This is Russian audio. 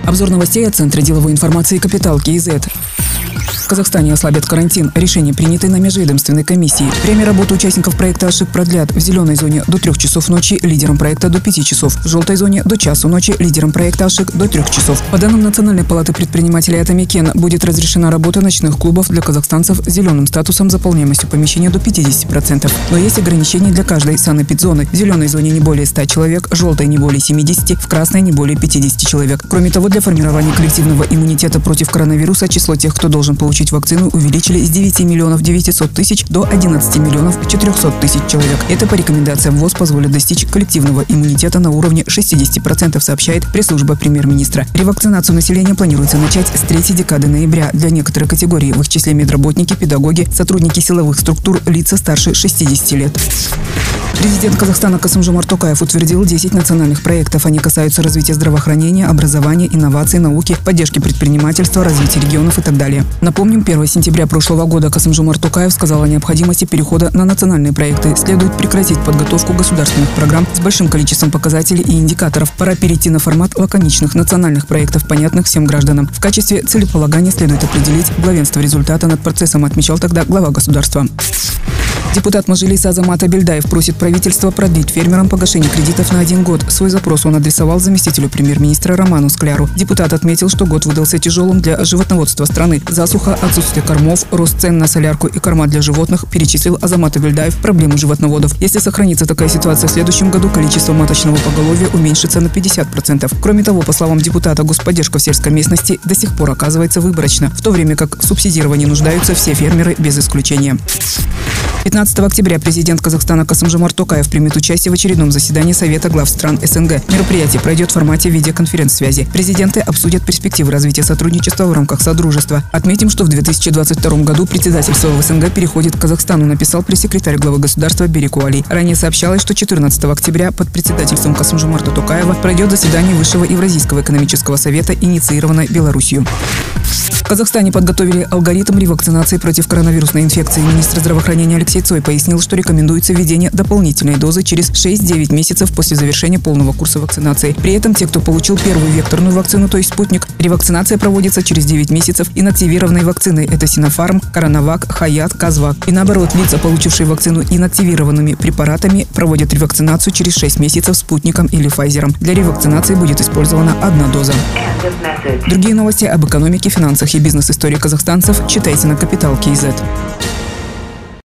Обзор новостей от Центра деловой информации «Капитал КИЗ». В Казахстане ослабят карантин. Решение принято на межведомственной комиссии. Время работы участников проекта «Ашик» продлят. В зеленой зоне до 3 часов ночи, лидером проекта до 5 часов. В желтой зоне до часу ночи, лидером проекта «Ашик» до 3 часов. По данным Национальной палаты предпринимателей Атамекен, будет разрешена работа ночных клубов для казахстанцев с зеленым статусом заполняемостью помещения до 50%. Но есть ограничения для каждой санэпидзоны. В зеленой зоне не более 100 человек, в желтой не более 70, в красной не более 50 человек. Кроме того, для формирования коллективного иммунитета против коронавируса число тех, кто должен получить вакцину, увеличили с 9 миллионов 900 тысяч до 11 миллионов 400 тысяч человек. Это по рекомендациям ВОЗ позволит достичь коллективного иммунитета на уровне 60%, сообщает пресс-служба премьер-министра. Ревакцинацию населения планируется начать с 3 декады ноября. Для некоторых категорий, в их числе медработники, педагоги, сотрудники силовых структур, лица старше 60 лет. Президент Казахстана Касым-Жомарт Токаев утвердил 10 национальных проектов. Они касаются развития здравоохранения, образования, инноваций, науки, поддержки предпринимательства, развития регионов и так далее. Напомним, 1 сентября прошлого года Касым-Жомарт Токаев сказал о необходимости перехода на национальные проекты. Следует прекратить подготовку государственных программ с большим количеством показателей и индикаторов. Пора перейти на формат лаконичных национальных проектов, понятных всем гражданам. В качестве целеполагания следует определить главенство результата над процессом, отмечал тогда глава государства. Депутат Мажилиса Азамат Абельдаев просит правительство продлить фермерам погашение кредитов на 1 год. Свой запрос он адресовал заместителю премьер-министра Роману Скляру. Депутат отметил, что год выдался тяжелым для животноводства страны. Засуха, отсутствие кормов, рост цен на солярку и корма для животных, перечислил Азамат Абельдаев проблемы животноводов. Если сохранится такая ситуация в следующем году, количество маточного поголовья уменьшится на 50%. Кроме того, по словам депутата, господдержка в сельской местности до сих пор оказывается выборочно, в то время как в субсидировании нуждаются все фермеры без исключения. 15 октября президент Казахстана Касым-Жомарт Токаев примет участие в очередном заседании Совета глав стран СНГ. Мероприятие пройдет в формате видеоконференц-связи. Президенты обсудят перспективы развития сотрудничества в рамках Содружества. Отметим, что в 2022 году председательство в СНГ переходит к Казахстану, написал пресс-секретарь главы государства Берику Али. Ранее сообщалось, что 14 октября под председательством Касым-Жомарта Токаева пройдет заседание Высшего Евразийского экономического совета, инициированное Беларусью. В Казахстане подготовили алгоритм ревакцинации против коронавирусной инфекции. Министр здравоохранения Алексей Цой пояснил, что рекомендуется введение дополнительной дозы через 6-9 месяцев после завершения полного курса вакцинации. При этом те, кто получил первую векторную вакцину, то есть «Спутник», ревакцинация проводится через 9 месяцев инактивированной вакцины. Это Синофарм, Коронавак, Хаят, Казвак. И наоборот, лица, получившие вакцину инактивированными препаратами, проводят ревакцинацию через 6 месяцев «Спутником» или «Файзером». Для ревакцинации будет использована 1 доза. Другие новости об экономике, финансах и бизнес-истории казахстанцев читайте на Капитал КИЗ.